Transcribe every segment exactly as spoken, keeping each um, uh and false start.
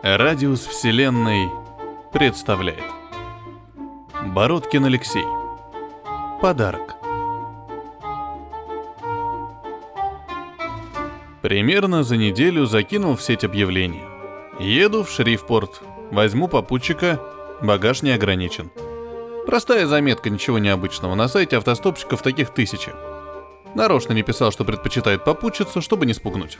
Радиус Вселенной представляет Бородкин Алексей. Подарок. Примерно за неделю закинул в сеть объявления. Еду в Шрифпорт, возьму попутчика, багаж не ограничен. Простая заметка, ничего необычного, на сайте автостопщиков таких тысячи. Нарочно не писал, что предпочитает попутчицу, чтобы не спугнуть.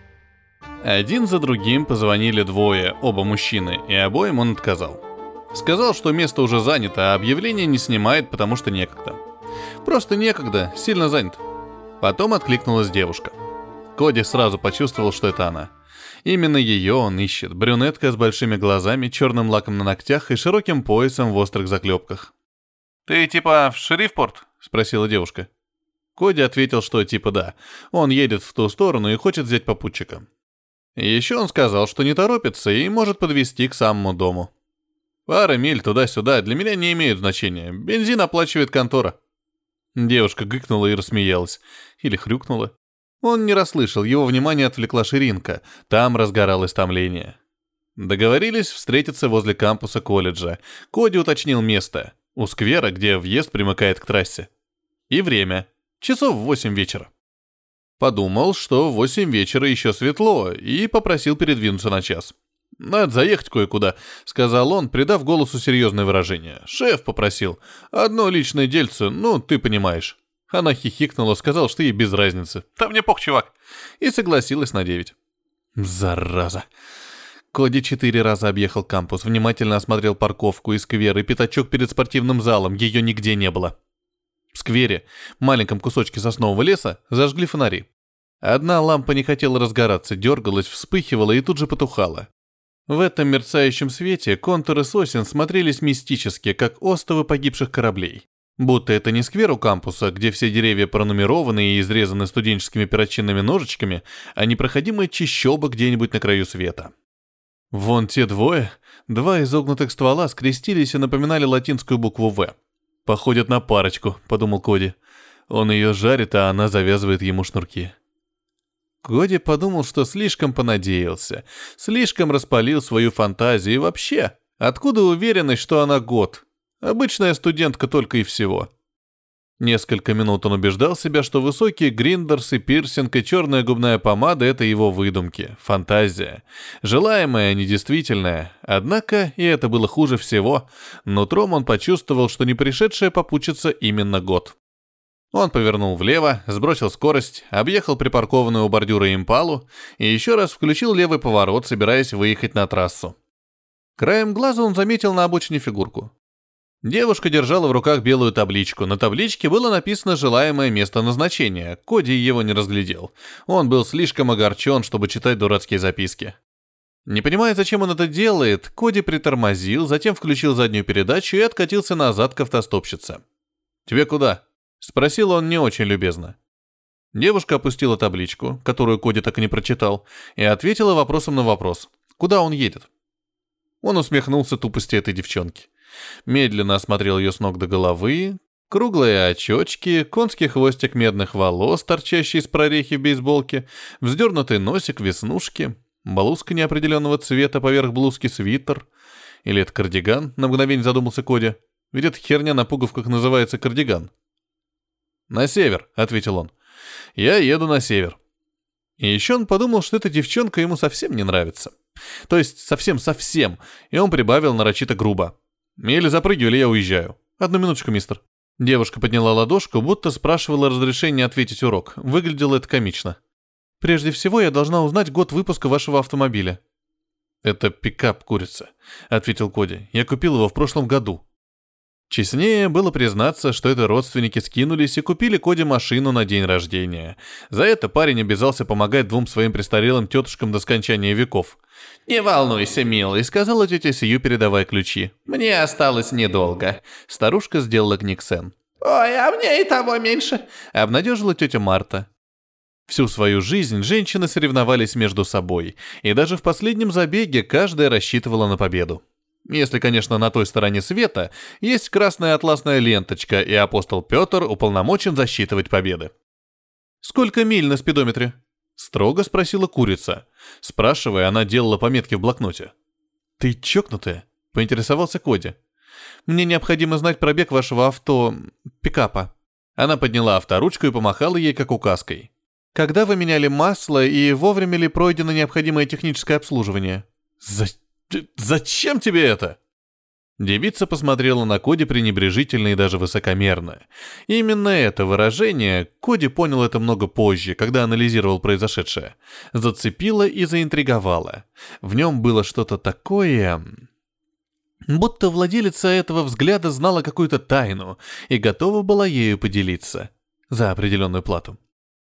Один за другим позвонили двое, оба мужчины, и обоим он отказал. Сказал, что место уже занято, а объявление не снимает, потому что некогда. Просто некогда, сильно занят. Потом откликнулась девушка. Коди сразу почувствовал, что это она. Именно ее он ищет, брюнетка с большими глазами, черным лаком на ногтях и широким поясом в острых заклепках. «Ты типа в Шрифпорт?» — спросила девушка. Коди ответил, что типа да, он едет в ту сторону и хочет взять попутчика. Еще он сказал, что не торопится и может подвезти к самому дому. Пара миль туда-сюда для меня не имеют значения. Бензин оплачивает контора. Девушка гыкнула и рассмеялась. Или хрюкнула. Он не расслышал, его внимание отвлекла ширинка. Там разгоралось томление. Договорились встретиться возле кампуса колледжа. Коди уточнил место. У сквера, где въезд примыкает к трассе. И время. Часов в восемь вечера. Подумал, что в восемь вечера еще светло, и попросил передвинуться на час. «Надо заехать кое-куда», — сказал он, придав голосу серьезное выражение. «Шеф попросил. Одно личное дельце, ну, ты понимаешь». Она хихикнула, сказала, что ей без разницы. «Да мне пох, чувак». И согласилась на девять. Зараза. Коди четыре раза объехал кампус, внимательно осмотрел парковку и сквер, и пятачок перед спортивным залом, ее нигде не было. В сквере, маленьком кусочке соснового леса, зажгли фонари. Одна лампа не хотела разгораться, дергалась, вспыхивала и тут же потухала. В этом мерцающем свете контуры сосен смотрелись мистически, как остовы погибших кораблей. Будто это не сквер у кампуса, где все деревья пронумерованы и изрезаны студенческими перочинными ножичками, а непроходимая чащоба где-нибудь на краю света. Вон те двое, два изогнутых ствола скрестились и напоминали латинскую букву «В». «Походят на парочку», — подумал Коди. Он ее жарит, а она завязывает ему шнурки. Коди подумал, что слишком понадеялся, слишком распалил свою фантазию и вообще, откуда уверенность, что она год? Обычная студентка только и всего. Несколько минут он убеждал себя, что высокие гриндерс и пирсинг и черная губная помада — это его выдумки, фантазия. Желаемая, а не действительная. Однако, и это было хуже всего, нутром он почувствовал, что не пришедшая попутчица именно год. Он повернул влево, сбросил скорость, объехал припаркованную у бордюра импалу и еще раз включил левый поворот, собираясь выехать на трассу. Краем глаза он заметил на обочине фигурку. Девушка держала в руках белую табличку. На табличке было написано желаемое место назначения. Коди его не разглядел. Он был слишком огорчен, чтобы читать дурацкие записки. Не понимая, зачем он это делает, Коди притормозил, затем включил заднюю передачу и откатился назад к автостопщице. «Тебе куда?» — спросил он не очень любезно. Девушка опустила табличку, которую Коди так и не прочитал, и ответила вопросом на вопрос. Куда он едет? Он усмехнулся тупости этой девчонки. Медленно осмотрел ее с ног до головы, круглые очечки, конский хвостик медных волос, торчащий из прорехи в бейсболке, вздернутый носик, веснушки, блузка неопределенного цвета поверх блузки свитер. Или это кардиган, на мгновение задумался Коди. Ведь эта херня на пуговках называется кардиган. «На север», — ответил он. «Я еду на север». И еще он подумал, что эта девчонка ему совсем не нравится. То есть совсем-совсем, и он прибавил нарочито грубо. «Или запрыгиваю, или я уезжаю. Одну минуточку, мистер». Девушка подняла ладошку, будто спрашивала разрешения ответить урок. Выглядело это комично. «Прежде всего, я должна узнать год выпуска вашего автомобиля». «Это пикап «Курица», — ответил Коди. «Я купил его в прошлом году». Честнее было признаться, что это родственники скинулись и купили Коди машину на день рождения. За это парень обязался помогать двум своим престарелым тетушкам до скончания веков. «Не волнуйся, милый», — сказала тетя Сью, передавая ключи. «Мне осталось недолго». Старушка сделала книксен. «Ой, а мне и того меньше», — обнадежила тетя Марта. Всю свою жизнь женщины соревновались между собой, и даже в последнем забеге каждая рассчитывала на победу. Если, конечно, на той стороне света есть красная атласная ленточка, и апостол Петр уполномочен засчитывать победы. «Сколько миль на спидометре?» — строго спросила Курица. Спрашивая, она делала пометки в блокноте. «Ты чокнутая?» — поинтересовался Коди. «Мне необходимо знать пробег вашего авто... пикапа». Она подняла авторучку и помахала ей как указкой. «Когда вы меняли масло и вовремя ли пройдено необходимое техническое обслуживание?» «За... Зачем тебе это?» Девица посмотрела на Коди пренебрежительно и даже высокомерно. И именно это выражение, Коди понял это много позже, когда анализировал произошедшее, зацепило и заинтриговало. В нем было что-то такое... будто владелица этого взгляда знала какую-то тайну и готова была ею поделиться за определенную плату.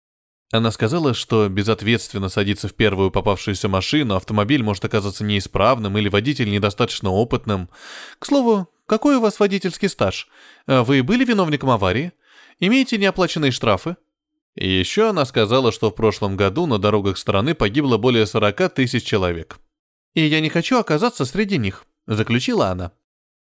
Она сказала, что безответственно садиться в первую попавшуюся машину, автомобиль может оказаться неисправным или водитель недостаточно опытным. К слову, какой у вас водительский стаж? Вы были виновником аварии? Имеете неоплаченные штрафы? И еще она сказала, что в прошлом году на дорогах страны погибло более сорок тысяч человек. И я не хочу оказаться среди них, заключила она.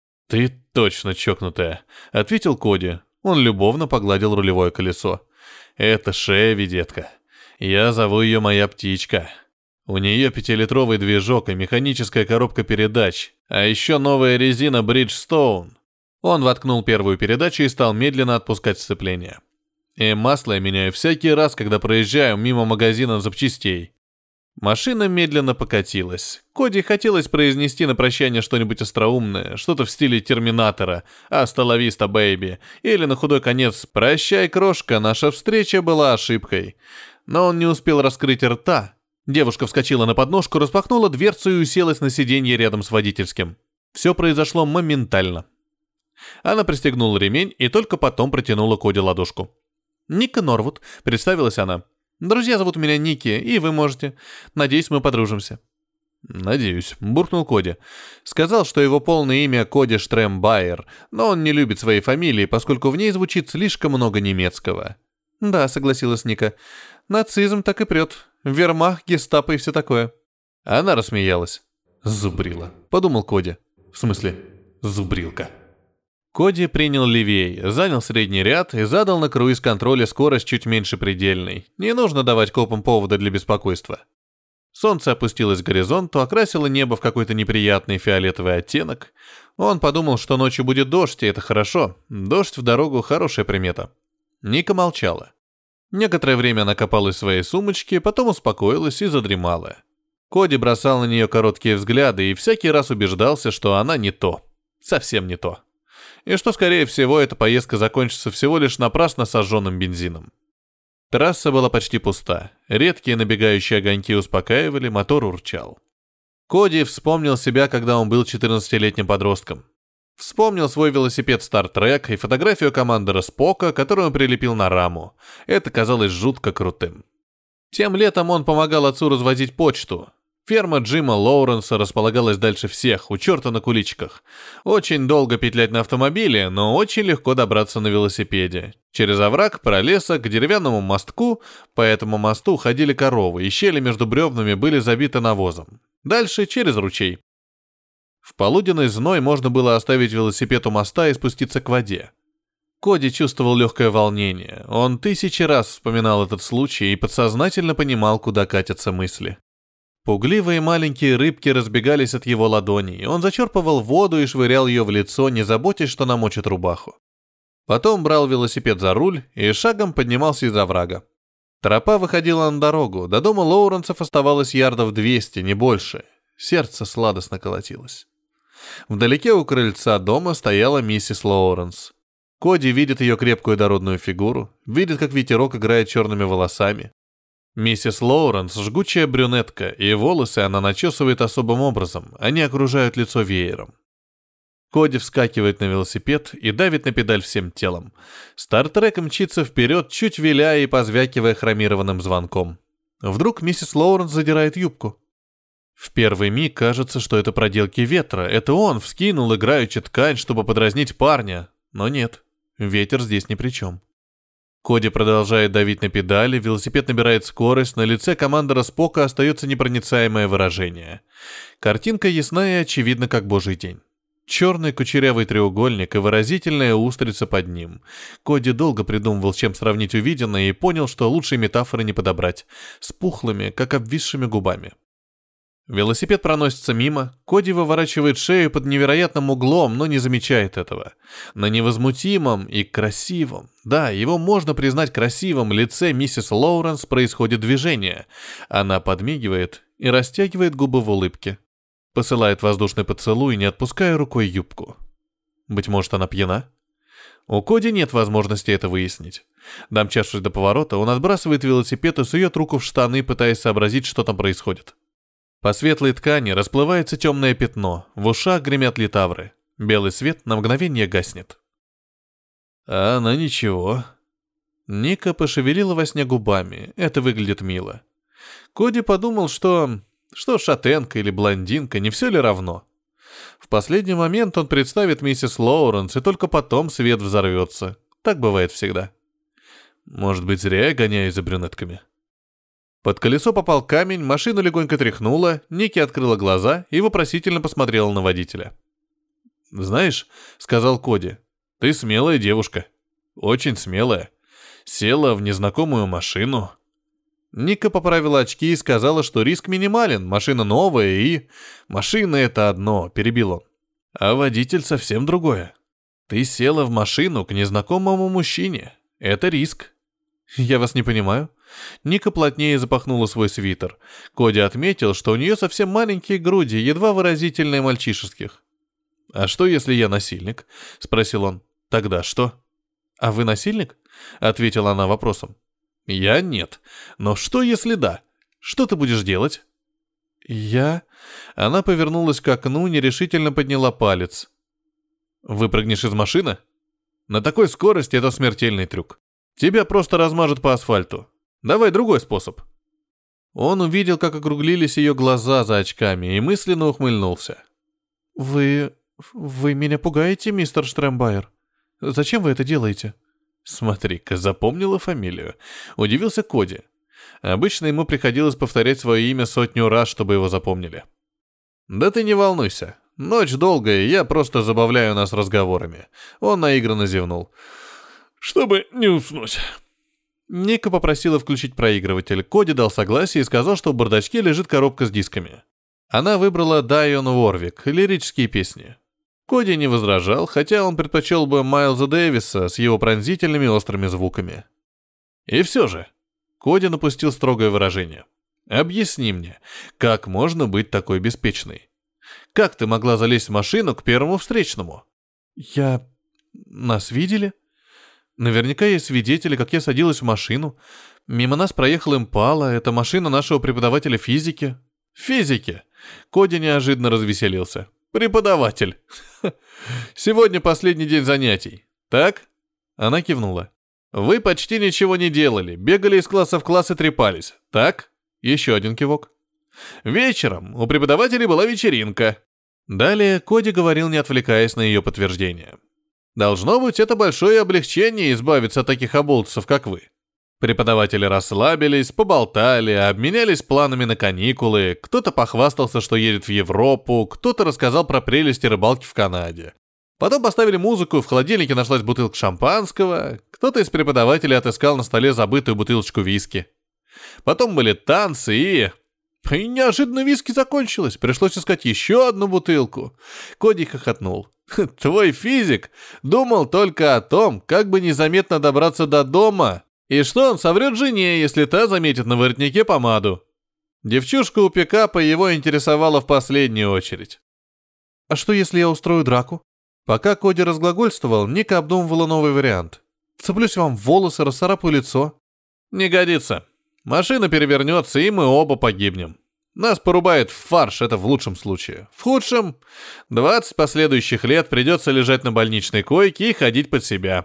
«Ты точно чокнутая», — ответил Коди. Он любовно погладил рулевое колесо. «Это Шеви, детка. Я зову ее моя птичка. У нее пятилитровый движок и механическая коробка передач, а еще новая резина Bridgestone». Он воткнул первую передачу и стал медленно отпускать сцепление. «И масло я меняю всякий раз, когда проезжаю мимо магазина запчастей». Машина медленно покатилась. Коди хотелось произнести на прощание что-нибудь остроумное, что-то в стиле «Терминатора», «Аста ла виста, бэйби», или на худой конец «Прощай, крошка, наша встреча была ошибкой». Но он не успел раскрыть рта. Девушка вскочила на подножку, распахнула дверцу и уселась на сиденье рядом с водительским. Все произошло моментально. Она пристегнула ремень и только потом протянула Коди ладошку. «Ника Норвуд», — представилась она. «Друзья зовут меня Ники, и вы можете. Надеюсь, мы подружимся». «Надеюсь», — буркнул Коди. Сказал, что его полное имя Коди Штрембайер, но он не любит своей фамилии, поскольку в ней звучит слишком много немецкого. «Да», — согласилась Ника. «Нацизм так и прет. Вермахт, гестапо и все такое». Она рассмеялась. «Зубрила», — подумал Коди. «В смысле, зубрилка». Коди принял левей, занял средний ряд и задал на круиз-контроле скорость чуть меньше предельной. Не нужно давать копам повода для беспокойства. Солнце опустилось к горизонту, окрасило небо в какой-то неприятный фиолетовый оттенок. Он подумал, что ночью будет дождь, и это хорошо. Дождь в дорогу — хорошая примета. Ника молчала. Некоторое время она копалась в своей сумочке, потом успокоилась и задремала. Коди бросал на нее короткие взгляды и всякий раз убеждался, что она не то. Совсем не то. И что, скорее всего, эта поездка закончится всего лишь напрасно сожженным бензином. Трасса была почти пуста. Редкие набегающие огоньки успокаивали, мотор урчал. Коди вспомнил себя, когда он был четырнадцатилетним подростком. Вспомнил свой велосипед Star Trek и фотографию командора Спока, которую он прилепил на раму. Это казалось жутко крутым. Тем летом он помогал отцу развозить почту. Ферма Джима Лоуренса располагалась дальше всех, у черта на куличках. Очень долго петлять на автомобиле, но очень легко добраться на велосипеде. Через овраг, пролесок, к деревянному мостку. По этому мосту ходили коровы, и щели между бревнами были забиты навозом. Дальше через ручей. В полуденный зной можно было оставить велосипед у моста и спуститься к воде. Коди чувствовал легкое волнение. Он тысячи раз вспоминал этот случай и подсознательно понимал, куда катятся мысли. Пугливые маленькие рыбки разбегались от его ладоней. Он зачерпывал воду и швырял ее в лицо, не заботясь, что намочит рубаху. Потом брал велосипед за руль и шагом поднимался из оврага. Тропа выходила на дорогу. До дома Лоуренсов оставалось ярдов двести, не больше. Сердце сладостно колотилось. Вдалеке у крыльца дома стояла миссис Лоуренс. Коди видит ее крепкую дородную фигуру, видит, как ветерок играет черными волосами. Миссис Лоуренс — жгучая брюнетка, и волосы она начесывает особым образом, они окружают лицо веером. Коди вскакивает на велосипед и давит на педаль всем телом. Стартрек мчится вперед, чуть виляя и позвякивая хромированным звонком. Вдруг миссис Лоуренс задирает юбку. В первый миг кажется, что это проделки ветра. Это он вскинул играючи ткань, чтобы подразнить парня. Но нет, ветер здесь ни при чем. Коди продолжает давить на педали, велосипед набирает скорость, на лице командора Спока остается непроницаемое выражение. Картинка ясна и очевидна, как божий день. Черный кучерявый треугольник и выразительная устрица под ним. Коди долго придумывал, чем сравнить увиденное, и понял, что лучшей метафоры не подобрать. С пухлыми, как обвисшими губами. Велосипед проносится мимо, Коди выворачивает шею под невероятным углом, но не замечает этого. На невозмутимом и красивом, да, его можно признать красивым, лице миссис Лоуренс происходит движение. Она подмигивает и растягивает губы в улыбке. Посылает воздушный поцелуй, не отпуская рукой юбку. Быть может, она пьяна? У Коди нет возможности это выяснить. Домчавшись до поворота, он отбрасывает велосипед и сует руку в штаны, пытаясь сообразить, что там происходит. По светлой ткани расплывается темное пятно, в ушах гремят литавры. Белый свет на мгновение гаснет. А она ничего. Ника пошевелила во сне губами, это выглядит мило. Коди подумал, что... что шатенка или блондинка, не все ли равно? В последний момент он представит миссис Лоуренс, и только потом свет взорвется. Так бывает всегда. Может быть, зря я гоняюсь за брюнетками. Под колесо попал камень, машину легонько тряхнуло, Ники открыла глаза и вопросительно посмотрела на водителя. «Знаешь, — сказал Коди, — ты смелая девушка. Очень смелая. Села в незнакомую машину». Ника поправила очки и сказала, что риск минимален, машина новая и... «Машина — это одно», — перебил он. «А водитель совсем другое. Ты села в машину к незнакомому мужчине. Это риск». «Я вас не понимаю». Ника плотнее запахнула свой свитер. Коди отметил, что у нее совсем маленькие груди, едва выразительные мальчишеских. «А что, если я насильник?» — спросил он. «Тогда что?» «А вы насильник?» — ответила она вопросом. «Я нет. Но что, если да? Что ты будешь делать?» «Я...» Она повернулась к окну, нерешительно подняла палец. «Выпрыгнешь из машины? На такой скорости это смертельный трюк. Тебя просто размажут по асфальту. Давай другой способ». Он увидел, как округлились ее глаза за очками, и мысленно ухмыльнулся. «Вы... вы меня пугаете, мистер Штрембайер? Зачем вы это делаете?» «Смотри-ка, запомнила фамилию». Удивился Коди. Обычно ему приходилось повторять свое имя сотню раз, чтобы его запомнили. «Да ты не волнуйся. Ночь долгая, я просто забавляю нас разговорами». Он наигранно зевнул. «Чтобы не уснуть». Ника попросила включить проигрыватель. Коди дал согласие и сказал, что в бардачке лежит коробка с дисками. Она выбрала Дайон Уорвик, лирические песни. Коди не возражал, хотя он предпочел бы Майлза Дэвиса с его пронзительными острыми звуками. И все же, Коди напустил строгое выражение. «Объясни мне, как можно быть такой беспечной? Как ты могла залезть в машину к первому встречному?» «Я... нас видели?» Наверняка есть свидетели, как я садилась в машину. Мимо нас проехал Импала, это машина нашего преподавателя физики. Физики? Коди неожиданно развеселился. Преподаватель. Сегодня последний день занятий. Так? Она кивнула. Вы почти ничего не делали, бегали из класса в класс и трепались. Так? Еще один кивок. Вечером у преподавателей была вечеринка. Далее Коди говорил, не отвлекаясь на ее подтверждение. Должно быть, это большое облегчение избавиться от таких оболтусов, как вы. Преподаватели расслабились, поболтали, обменялись планами на каникулы, кто-то похвастался, что едет в Европу, кто-то рассказал про прелести рыбалки в Канаде. Потом поставили музыку, в холодильнике нашлась бутылка шампанского, кто-то из преподавателей отыскал на столе забытую бутылочку виски. Потом были танцы и... И неожиданно виски закончилось, пришлось искать еще одну бутылку. Коди хохотнул. Твой физик думал только о том, как бы незаметно добраться до дома, и что он соврет жене, если та заметит на воротнике помаду. Девчушка у пикапа его интересовала в последнюю очередь. «А что, если я устрою драку?» Пока Коди разглагольствовал, Ника обдумывала новый вариант. «Цеплюсь вам в волосы, расцарапаю лицо». «Не годится. Машина перевернется, и мы оба погибнем. Нас порубает в фарш, это в лучшем случае. В худшем, двадцать последующих лет придется лежать на больничной койке и ходить под себя».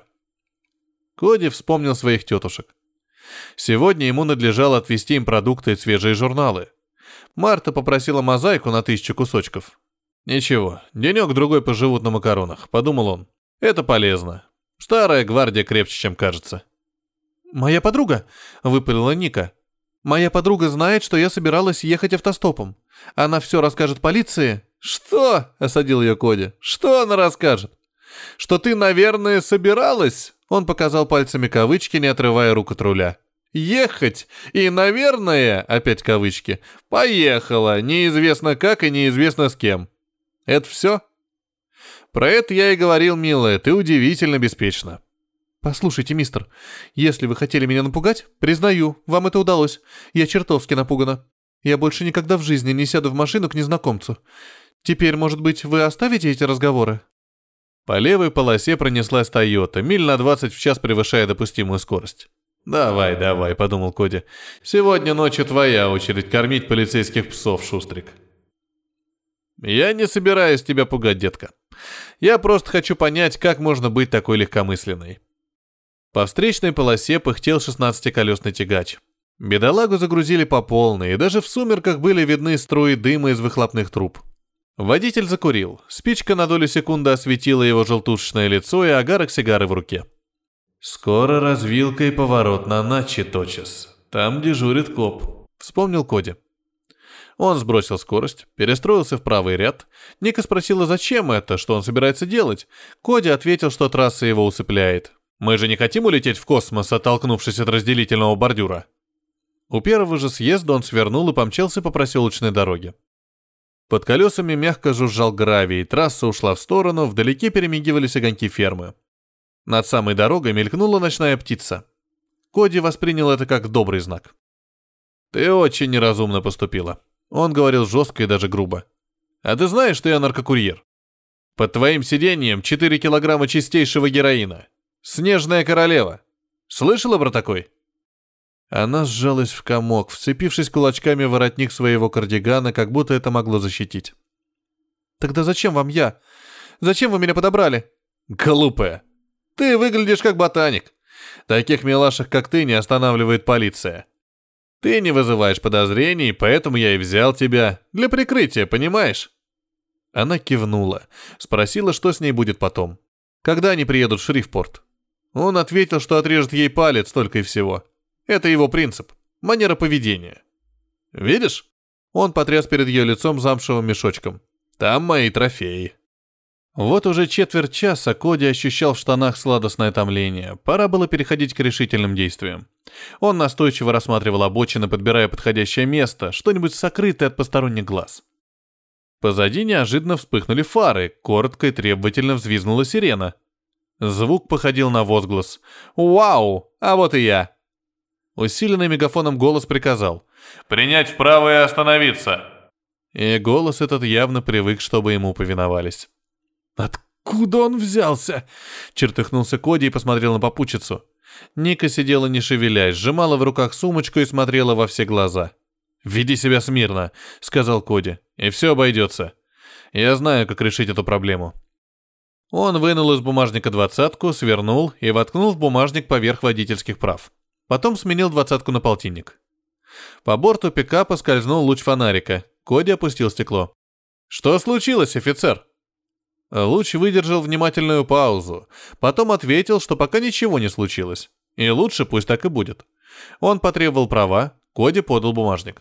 Коди вспомнил своих тетушек. Сегодня ему надлежало отвезти им продукты и свежие журналы. Марта попросила мозаику на тысячу кусочков. «Ничего, денек-другой поживут на макаронах», — подумал он. «Это полезно. Старая гвардия крепче, чем кажется». «Моя подруга», — выпалила Ника. «Моя подруга знает, что я собиралась ехать автостопом. Она все расскажет полиции». «Что?» — осадил ее Коди. «Что она расскажет? Что ты, наверное, собиралась?» Он показал пальцами кавычки, не отрывая рук от руля. ехать и, наверное, опять кавычки, поехала, неизвестно как и неизвестно с кем. Это все? Про это я и говорил, милая, ты удивительно беспечна. Послушайте, мистер, если вы хотели меня напугать, признаю, вам это удалось. Я чертовски напугана. Я больше никогда в жизни не сяду в машину к незнакомцу. Теперь, может быть, вы оставите эти разговоры? По левой полосе пронеслась Тойота, миль на двадцать в час превышая допустимую скорость. «Давай, давай», — подумал Коди. «Сегодня ночью твоя очередь кормить полицейских псов, Шустрик». «Я не собираюсь тебя пугать, детка. Я просто хочу понять, как можно быть такой легкомысленной». По встречной полосе пыхтел шестнадцатиколесный тягач. Бедолагу загрузили по полной, и даже в сумерках были видны струи дыма из выхлопных труб. Водитель закурил. Спичка на долю секунды осветила его желтушечное лицо и огарок сигары в руке. «Скоро развилка и поворот на Начи-Точес. Там дежурит коп», — вспомнил Коди. Он сбросил скорость, перестроился в правый ряд. Ника спросила, зачем это, что он собирается делать. Коди ответил, что трасса его усыпляет. «Мы же не хотим улететь в космос, оттолкнувшись от разделительного бордюра». У первого же съезда он свернул и помчался по проселочной дороге. Под колесами мягко жужжал гравий, трасса ушла в сторону, вдалеке перемигивались огоньки фермы. Над самой дорогой мелькнула ночная птица. Коди воспринял это как добрый знак. «Ты очень неразумно поступила». Он говорил жестко и даже грубо. «А ты знаешь, что я наркокурьер? Под твоим сиденьем четыре килограмма чистейшего героина. Снежная королева. Слышала про такой?» Она сжалась в комок, вцепившись кулачками в воротник своего кардигана, как будто это могло защитить. «Тогда зачем вам я? Зачем вы меня подобрали?» «Глупая. Ты выглядишь как ботаник. Таких милашек, как ты, не останавливает полиция. Ты не вызываешь подозрений, поэтому я и взял тебя. Для прикрытия, понимаешь?» Она кивнула, спросила, что с ней будет потом. Когда они приедут в Шрифпорт? Он ответил, что отрежет ей палец только и всего. Это его принцип, манера поведения. «Видишь?» Он потряс перед ее лицом замшевым мешочком. «Там мои трофеи». Вот уже четверть часа Коди ощущал в штанах сладостное томление. Пора было переходить к решительным действиям. Он настойчиво рассматривал обочины, подбирая подходящее место, что-нибудь сокрытое от посторонних глаз. Позади неожиданно вспыхнули фары, коротко и требовательно взвизгнула сирена. Звук походил на возглас. «Вау! А вот и я!» Усиленный мегафоном голос приказал: «Принять вправо и остановиться!» И голос этот явно привык, чтобы ему повиновались. «Откуда он взялся?» — чертыхнулся Коди и посмотрел на попутчицу. Ника сидела не шевелясь, сжимала в руках сумочку и смотрела во все глаза. «Веди себя смирно», — сказал Коди, — «и все обойдется. Я знаю, как решить эту проблему». Он вынул из бумажника двадцатку, свернул и воткнул в бумажник поверх водительских прав. Потом сменил двадцатку на полтинник. По борту пикапа скользнул луч фонарика. Коди опустил стекло. «Что случилось, офицер?» Луч выдержал внимательную паузу, потом ответил, что пока ничего не случилось. И лучше пусть так и будет. Он потребовал права, Коди подал бумажник.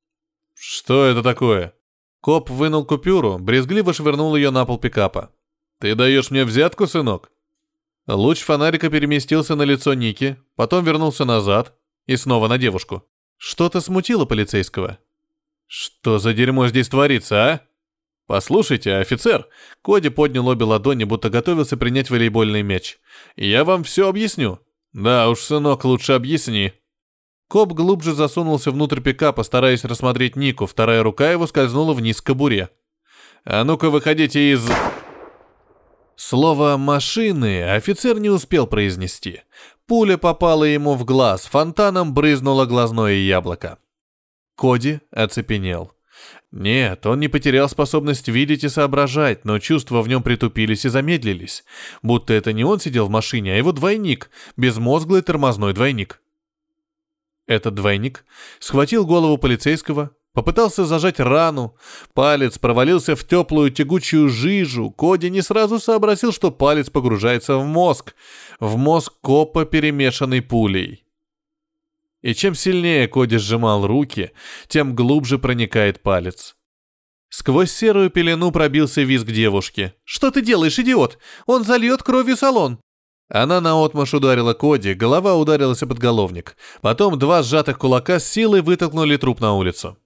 «Что это такое?» Коп вынул купюру, брезгливо швырнул ее на пол пикапа. «Ты даешь мне взятку, сынок?» Луч фонарика переместился на лицо Ники, потом вернулся назад и снова на девушку. Что-то смутило полицейского. «Что за дерьмо здесь творится, а?» «Послушайте, офицер!» Коди поднял обе ладони, будто готовился принять волейбольный мяч. «Я вам все объясню». «Да уж, сынок, лучше объясни». Коп глубже засунулся внутрь пикапа, стараясь рассмотреть Нику, вторая рука его скользнула вниз к кобуре. «А ну-ка, выходите из...» Слово «машины» офицер не успел произнести. Пуля попала ему в глаз, фонтаном брызнуло глазное яблоко. Коди оцепенел. Нет, он не потерял способность видеть и соображать, но чувства в нем притупились и замедлились. Будто это не он сидел в машине, а его двойник, безмозглый тормозной двойник. Этот двойник схватил голову полицейского, попытался зажать рану, палец провалился в теплую тягучую жижу. Коди не сразу сообразил, что палец погружается в мозг, в мозг копа, перемешанный пулей. И чем сильнее Коди сжимал руки, тем глубже проникает палец. Сквозь серую пелену пробился визг девушки. «Что ты делаешь, идиот? Он зальет кровью салон!» Она наотмашь ударила Коди, голова ударилась о подголовник. Потом два сжатых кулака с силой вытолкнули труп на улицу.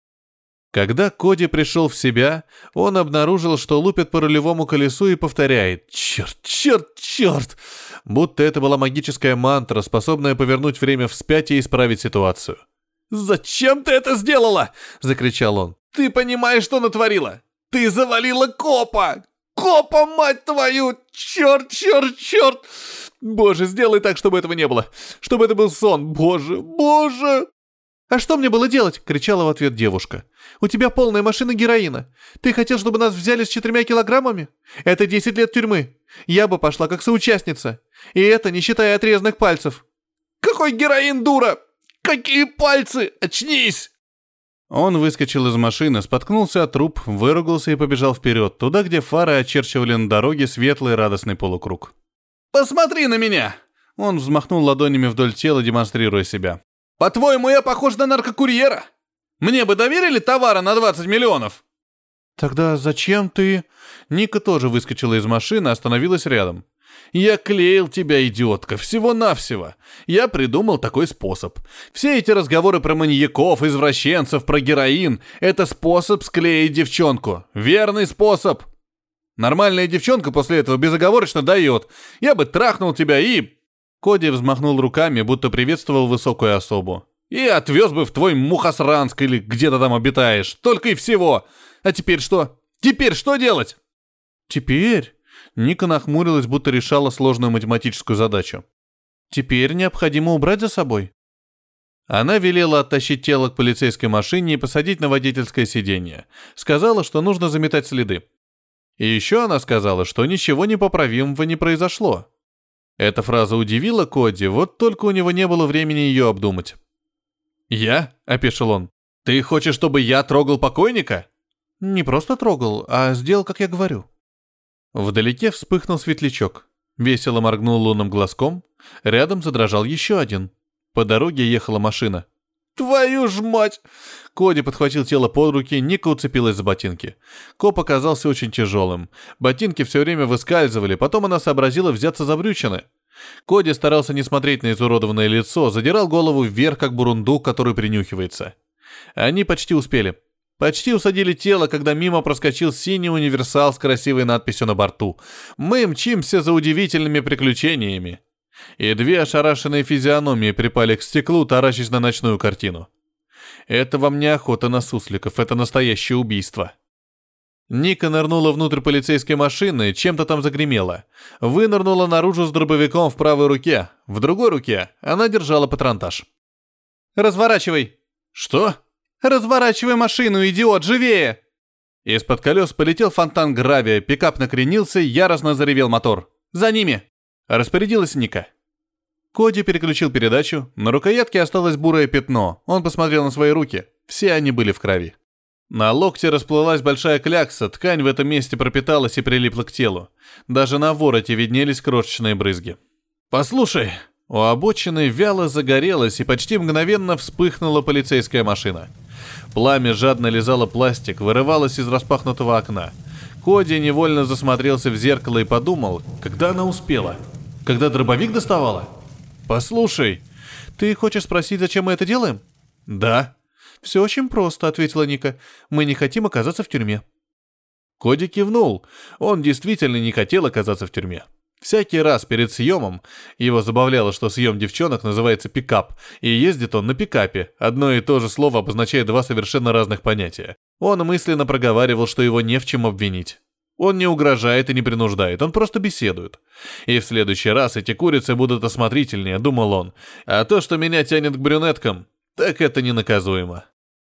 Когда Коди пришел в себя, он обнаружил, что лупит по рулевому колесу и повторяет «Черт, черт, черт!», будто это была магическая мантра, способная повернуть время вспять и исправить ситуацию. «Зачем ты это сделала?» — закричал он. «Ты понимаешь, что натворила? Ты завалила копа! Копа, мать твою! Черт, черт, черт! Боже, сделай так, чтобы этого не было! Чтобы это был сон! Боже, боже!» «А что мне было делать?» — кричала в ответ девушка. «У тебя полная машина героина. Ты хотел, чтобы нас взяли с четырьмя килограммами? Это десять лет тюрьмы. Я бы пошла как соучастница. И это не считая отрезанных пальцев». «Какой героин, дура? Какие пальцы? Очнись!» Он выскочил из машины, споткнулся от труп, выругался и побежал вперед, туда, где фары очерчивали на дороге светлый радостный полукруг. «Посмотри на меня!» Он взмахнул ладонями вдоль тела, демонстрируя себя. «По-твоему, я похож на наркокурьера? Мне бы доверили товара на двадцать миллионов?» «Тогда зачем ты...» Ника тоже выскочила из машины, остановилась рядом. «Я клеил тебя, идиотка, всего-навсего. Я придумал такой способ. Все эти разговоры про маньяков, извращенцев, про героин — это способ склеить девчонку. Верный способ. Нормальная девчонка после этого безоговорочно дает. Я бы трахнул тебя и...» Коди взмахнул руками, будто приветствовал высокую особу. «И отвез бы в твой Мухосранск или где ты там обитаешь. Только и всего. А теперь что? Теперь что делать?» «Теперь?» Ника нахмурилась, будто решала сложную математическую задачу. «Теперь необходимо убрать за собой». Она велела оттащить тело к полицейской машине и посадить на водительское сиденье. Сказала, что нужно заметать следы. И еще она сказала, что ничего непоправимого не произошло. Эта фраза удивила Коди, вот только у него не было времени ее обдумать. «Я?» — опешил он. «Ты хочешь, чтобы я трогал покойника?» «Не просто трогал, а сделал, как я говорю». Вдалеке вспыхнул светлячок. Весело моргнул лунным глазком. Рядом задрожал еще один. По дороге ехала машина. «Твою ж мать!» Коди подхватил тело под руки, Ника уцепилась за ботинки. Коп оказался очень тяжелым. Ботинки все время выскальзывали, потом она сообразила взяться за брючины. Коди старался не смотреть на изуродованное лицо, задирал голову вверх, как бурундук, который принюхивается. Они почти успели. Почти усадили тело, когда мимо проскочил синий универсал с красивой надписью на борту. «Мы мчимся за удивительными приключениями». И две ошарашенные физиономии припали к стеклу, таращась на ночную картину. Это вам не охота на сусликов, это настоящее убийство. Ника нырнула внутрь полицейской машины, чем-то там загремела. Вынырнула наружу с дробовиком в правой руке. В другой руке она держала патронтаж. «Разворачивай!» «Что?» «Разворачивай машину, идиот, живее!» Из-под колес полетел фонтан гравия, пикап накренился, яростно заревел мотор. «За ними!» — распорядилась Ника. Коди переключил передачу, на рукоятке осталось бурое пятно, он посмотрел на свои руки, все они были в крови. На локте расплылась большая клякса, ткань в этом месте пропиталась и прилипла к телу. Даже на вороте виднелись крошечные брызги. «Послушай!» У обочины вяло загорелась и почти мгновенно вспыхнула полицейская машина. Пламя жадно лизало пластик, вырывалось из распахнутого окна. Коди невольно засмотрелся в зеркало и подумал, когда она успела? Когда дробовик доставала? «Послушай, ты хочешь спросить, зачем мы это делаем?» «Да». «Все очень просто», — ответила Ника. «Мы не хотим оказаться в тюрьме». Коди кивнул. Он действительно не хотел оказаться в тюрьме. Всякий раз перед съемом его забавляло, что съем девчонок называется пикап, и ездит он на пикапе. Одно и то же слово обозначает два совершенно разных понятия. Он мысленно проговаривал, что его не в чем обвинить. Он не угрожает и не принуждает, он просто беседует. И в следующий раз эти курицы будут осмотрительнее, думал он. А то, что меня тянет к брюнеткам, так это ненаказуемо.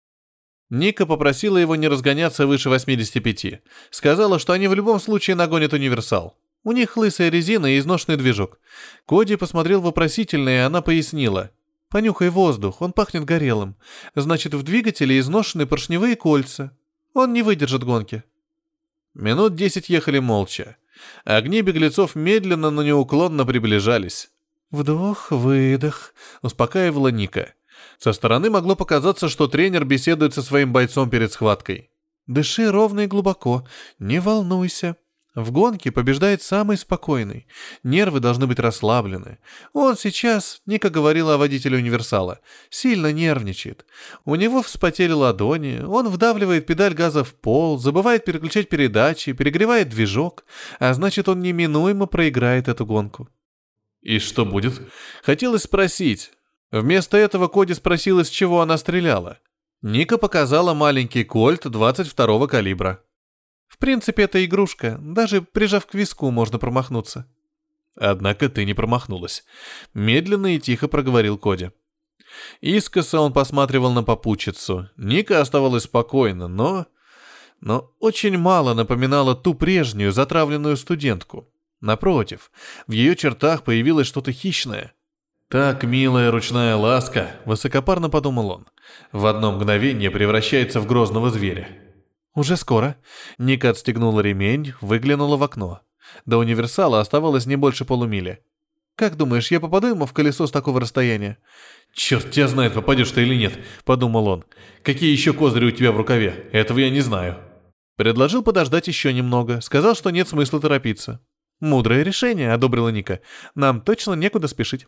Ника попросила его не разгоняться выше восьмидесяти пяти. Сказала, что они в любом случае нагонят универсал. У них лысая резина и изношенный движок. Коди посмотрел вопросительно, и она пояснила. «Понюхай воздух, он пахнет горелым. Значит, в двигателе изношены поршневые кольца. Он не выдержит гонки». Минут десять ехали молча. Огни беглецов медленно, но неуклонно приближались. «Вдох-выдох», — успокаивала Ника. Со стороны могло показаться, что тренер беседует со своим бойцом перед схваткой. «Дыши ровно и глубоко, не волнуйся. В гонке побеждает самый спокойный. Нервы должны быть расслаблены. Он сейчас, Ника говорила о водителе универсала, сильно нервничает. У него вспотели ладони, он вдавливает педаль газа в пол, забывает переключать передачи, перегревает движок, а значит, он неминуемо проиграет эту гонку. И что будет? Хотелось спросить. Вместо этого Коди спросил, из чего она стреляла. Ника показала маленький кольт двадцать второго калибра. В принципе, это игрушка. Даже прижав к виску, можно промахнуться. Однако ты не промахнулась. Медленно и тихо проговорил Коди. Искоса он посматривал на попутчицу. Ника оставалась спокойна, но... Но очень мало напоминала ту прежнюю затравленную студентку. Напротив, в ее чертах появилось что-то хищное. «Так, милая ручная ласка», — высокопарно подумал он, в одно мгновение превращается в грозного зверя. «Уже скоро». Ника отстегнула ремень, выглянула в окно. До универсала оставалось не больше полумили. «Как думаешь, я попаду ему в колесо с такого расстояния?» «Черт тебя знает, попадешь ты или нет», — подумал он. «Какие еще козыри у тебя в рукаве? Этого я не знаю». Предложил подождать еще немного, сказал, что нет смысла торопиться. «Мудрое решение», — одобрила Ника. «Нам точно некуда спешить».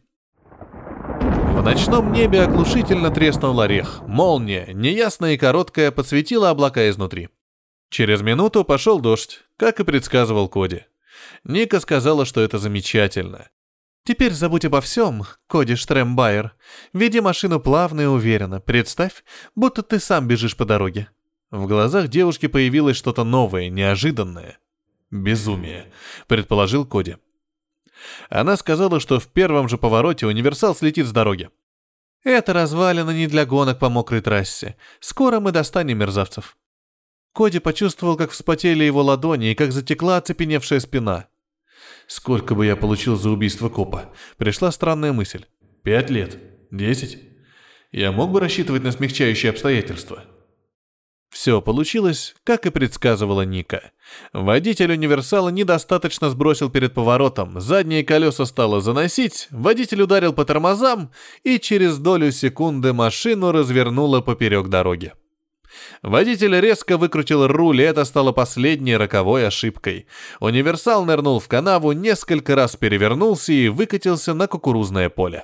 В ночном небе оглушительно треснул орех. Молния, неясная и короткая, подсветила облака изнутри. Через минуту пошел дождь, как и предсказывал Коди. Ника сказала, что это замечательно. «Теперь забудь обо всем, Коди Штрембайер. Веди машину плавно и уверенно. Представь, будто ты сам бежишь по дороге». В глазах девушки появилось что-то новое, неожиданное. «Безумие», — предположил Коди. Она сказала, что в первом же повороте универсал слетит с дороги. «Это развалина не для гонок по мокрой трассе. Скоро мы достанем мерзавцев». Коди почувствовал, как вспотели его ладони и как затекла оцепеневшая спина. «Сколько бы я получил за убийство копа?» Пришла странная мысль. «Пять лет? Десять? Я мог бы рассчитывать на смягчающие обстоятельства?» Все получилось, как и предсказывала Ника. Водитель универсала недостаточно сбросил перед поворотом, задние колеса стало заносить, водитель ударил по тормозам, и через долю секунды машину развернуло поперек дороги. Водитель резко выкрутил руль, и это стало последней роковой ошибкой. Универсал нырнул в канаву, несколько раз перевернулся и выкатился на кукурузное поле.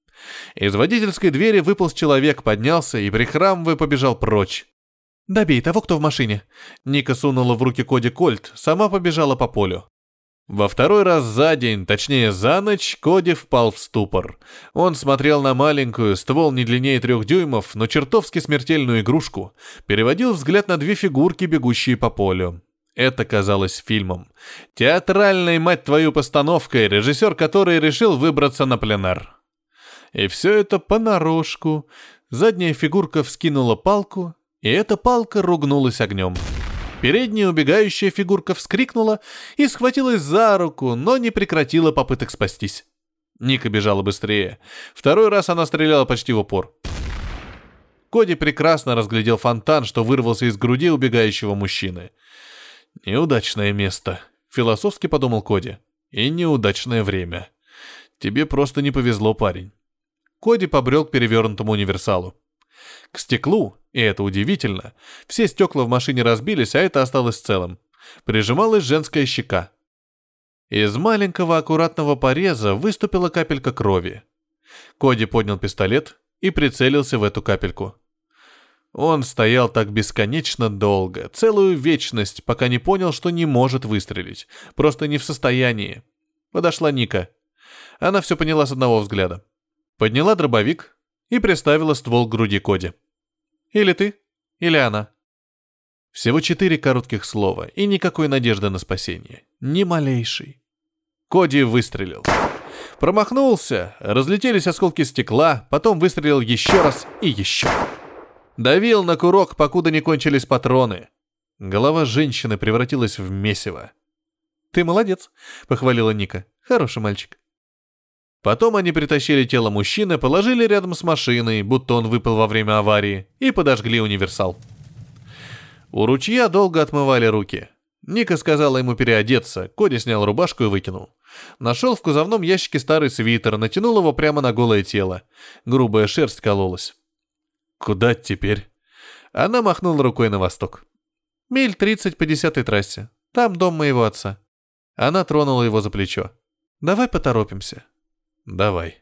Из водительской двери выполз человек, поднялся и, прихрамывая, побежал прочь. «Добей того, кто в машине». Ника сунула в руки Коди кольт, сама побежала по полю. Во второй раз за день, точнее за ночь, Коди впал в ступор. Он смотрел на маленькую, ствол не длиннее трех дюймов, но чертовски смертельную игрушку, переводил взгляд на две фигурки, бегущие по полю. Это казалось фильмом. Театральной, мать твою, постановкой, режиссер которой решил выбраться на пленэр. И все это понарошку. Задняя фигурка вскинула палку, и эта палка ругнулась огнем. Передняя убегающая фигурка вскрикнула и схватилась за руку, но не прекратила попыток спастись. Ника бежала быстрее. Второй раз она стреляла почти в упор. Коди прекрасно разглядел фонтан, что вырвался из груди убегающего мужчины. «Неудачное место», — философски подумал Коди. «И неудачное время. Тебе просто не повезло, парень». Коди побрел к перевернутому универсалу. К стеклу, и это удивительно, все стекла в машине разбились, а это осталось целым. Прижималась женская щека. Из маленького аккуратного пореза выступила капелька крови. Коди поднял пистолет и прицелился в эту капельку. Он стоял так бесконечно долго, целую вечность, пока не понял, что не может выстрелить. Просто не в состоянии. Подошла Ника. Она все поняла с одного взгляда. Подняла дробовик и приставила ствол к груди Коди. «Или ты, или она». Всего четыре коротких слова и никакой надежды на спасение. Ни малейшей. Коди выстрелил. Промахнулся, разлетелись осколки стекла, потом выстрелил еще раз и еще. Давил на курок, покуда не кончились патроны. Голова женщины превратилась в месиво. «Ты молодец», — похвалила Ника. «Хороший мальчик». Потом они притащили тело мужчины, положили рядом с машиной, будто он выпал во время аварии, и подожгли универсал. У ручья долго отмывали руки. Ника сказала ему переодеться, Коди снял рубашку и выкинул. Нашел в кузовном ящике старый свитер, натянул его прямо на голое тело. Грубая шерсть кололась. «Куда теперь?» Она махнула рукой на восток. «Миль тридцать по десятой трассе. Там дом моего отца». Она тронула его за плечо. «Давай поторопимся». «Давай».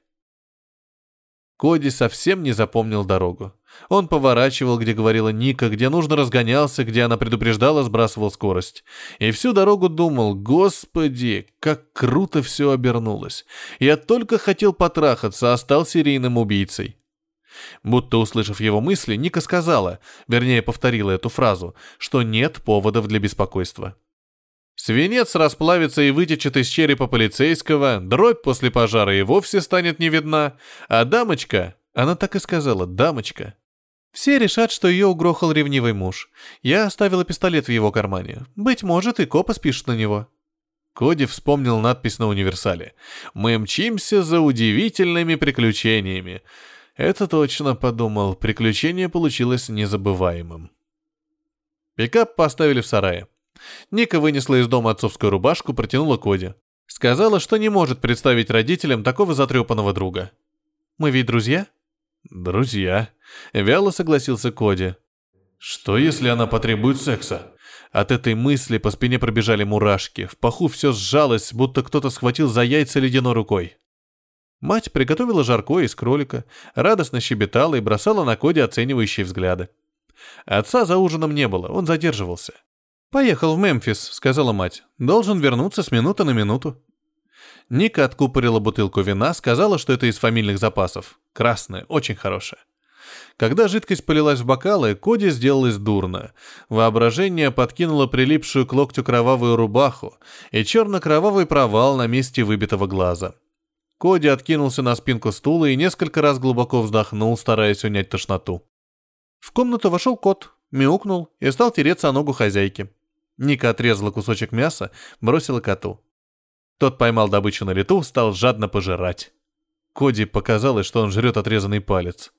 Коди совсем не запомнил дорогу. Он поворачивал, где говорила Ника, где нужно разгонялся, где она предупреждала, сбрасывал скорость. И всю дорогу думал: «Господи, как круто все обернулось. Я только хотел потрахаться, а стал серийным убийцей». Будто услышав его мысли, Ника сказала, вернее повторила эту фразу, что нет поводов для беспокойства. Свинец расплавится и вытечет из черепа полицейского, дробь после пожара и вовсе станет не видна, а дамочка, она так и сказала, дамочка. Все решат, что ее угрохал ревнивый муж. Я оставила пистолет в его кармане. Быть может, и копы спишут на него. Коди вспомнил надпись на универсале. «Мы мчимся за удивительными приключениями». Это точно, подумал, приключение получилось незабываемым. Пикап поставили в сарае. Ника вынесла из дома отцовскую рубашку, протянула Коди. Сказала, что не может представить родителям такого затрепанного друга. «Мы ведь друзья?» «Друзья», — вяло согласился Коди. «Что, если она потребует секса?» От этой мысли по спине пробежали мурашки, в паху все сжалось, будто кто-то схватил за яйца ледяной рукой. Мать приготовила жаркое из кролика, радостно щебетала и бросала на Коди оценивающие взгляды. Отца за ужином не было, он задерживался. «Поехал в Мемфис», — сказала мать. «Должен вернуться с минуты на минуту». Ника откупорила бутылку вина, сказала, что это из фамильных запасов. Красная, очень хорошая. Когда жидкость полилась в бокалы, Коди сделалось дурно. Воображение подкинуло прилипшую к локтю кровавую рубаху и черно-кровавый провал на месте выбитого глаза. Коди откинулся на спинку стула и несколько раз глубоко вздохнул, стараясь унять тошноту. В комнату вошел кот, мяукнул и стал тереться о ногу хозяйки. Ника отрезала кусочек мяса, бросила коту. Тот поймал добычу на лету, стал жадно пожирать. Коди показалось, что он жрет отрезанный палец.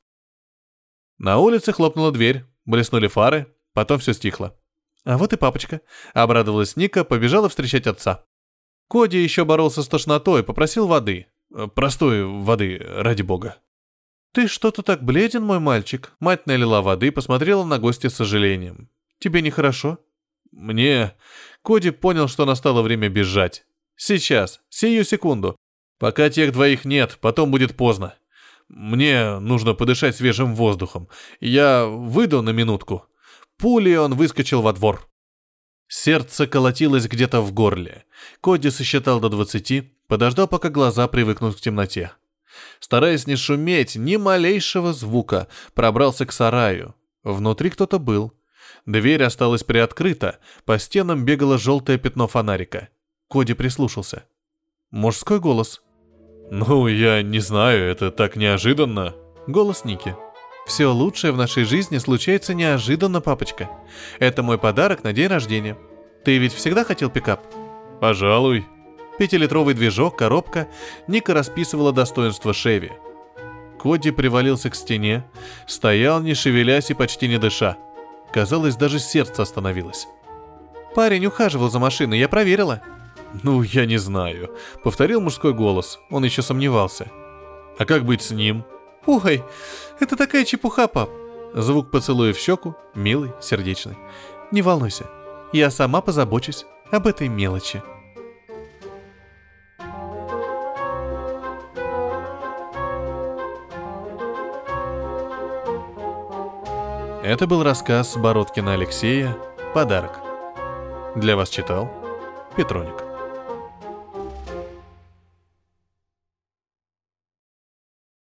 На улице хлопнула дверь, блеснули фары, потом все стихло. «А вот и папочка», — обрадовалась Ника, побежала встречать отца. Коди еще боролся с тошнотой, попросил воды. Простой воды, ради бога. «Ты что-то так бледен, мой мальчик?» Мать налила воды и посмотрела на гостя с сожалением. «Тебе нехорошо?» «Мне...» Коди понял, что настало время бежать. «Сейчас, сию секунду. Пока тех двоих нет, потом будет поздно. Мне нужно подышать свежим воздухом. Я выйду на минутку». Пулей он выскочил во двор. Сердце колотилось где-то в горле. Коди сосчитал до двадцати, подождал, пока глаза привыкнут к темноте. Стараясь не шуметь, ни малейшего звука, пробрался к сараю. Внутри кто-то был. Дверь осталась приоткрыта, по стенам бегало желтое пятно фонарика. Коди прислушался. Мужской голос. «Ну, я не знаю, это так неожиданно». Голос Ники. «Все лучшее в нашей жизни случается неожиданно, папочка. Это мой подарок на день рождения. Ты ведь всегда хотел пикап?» «Пожалуй». Пятилитровый движок, коробка. Ника расписывала достоинства Шеви. Коди привалился к стене, стоял, не шевелясь и почти не дыша. Казалось, даже сердце остановилось. «Парень ухаживал за машиной, я проверила». «Ну, я не знаю», — повторил мужской голос. Он еще сомневался. «А как быть с ним?» «Ой, это такая чепуха, пап». Звук поцелуя в щеку, милый, сердечный. «Не волнуйся, я сама позабочусь об этой мелочи». Это был рассказ Бородкина Алексея «Подарок». Для вас читал Петроник.